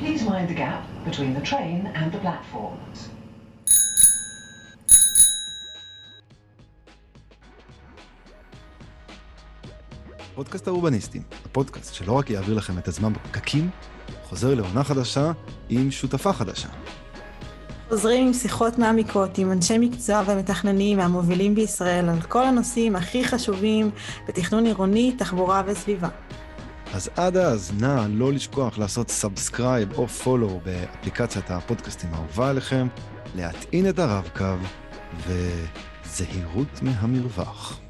Please mind the gap between the train and the platforms. פודקאסט האורבניסטים, הפודקאסט שלא רק יעביר לכם את הזמן בפקקים, חוזר לעונה חדשה עם שותפה חדשה. חוזרים עם שיחות מעמיקות עם אנשי מקצוע ומתכננים מהמובילים בישראל על כל הנושאים הכי חשובים בתכנון עירוני, תחבורה וסביבה. אז עד אז נא לא לשכוח לעשות סאבסקרייב או פולו באפליקציית הפודקאסטים האהובה עליכם, להטעין את הרב-קו וזהירות מהמרווח.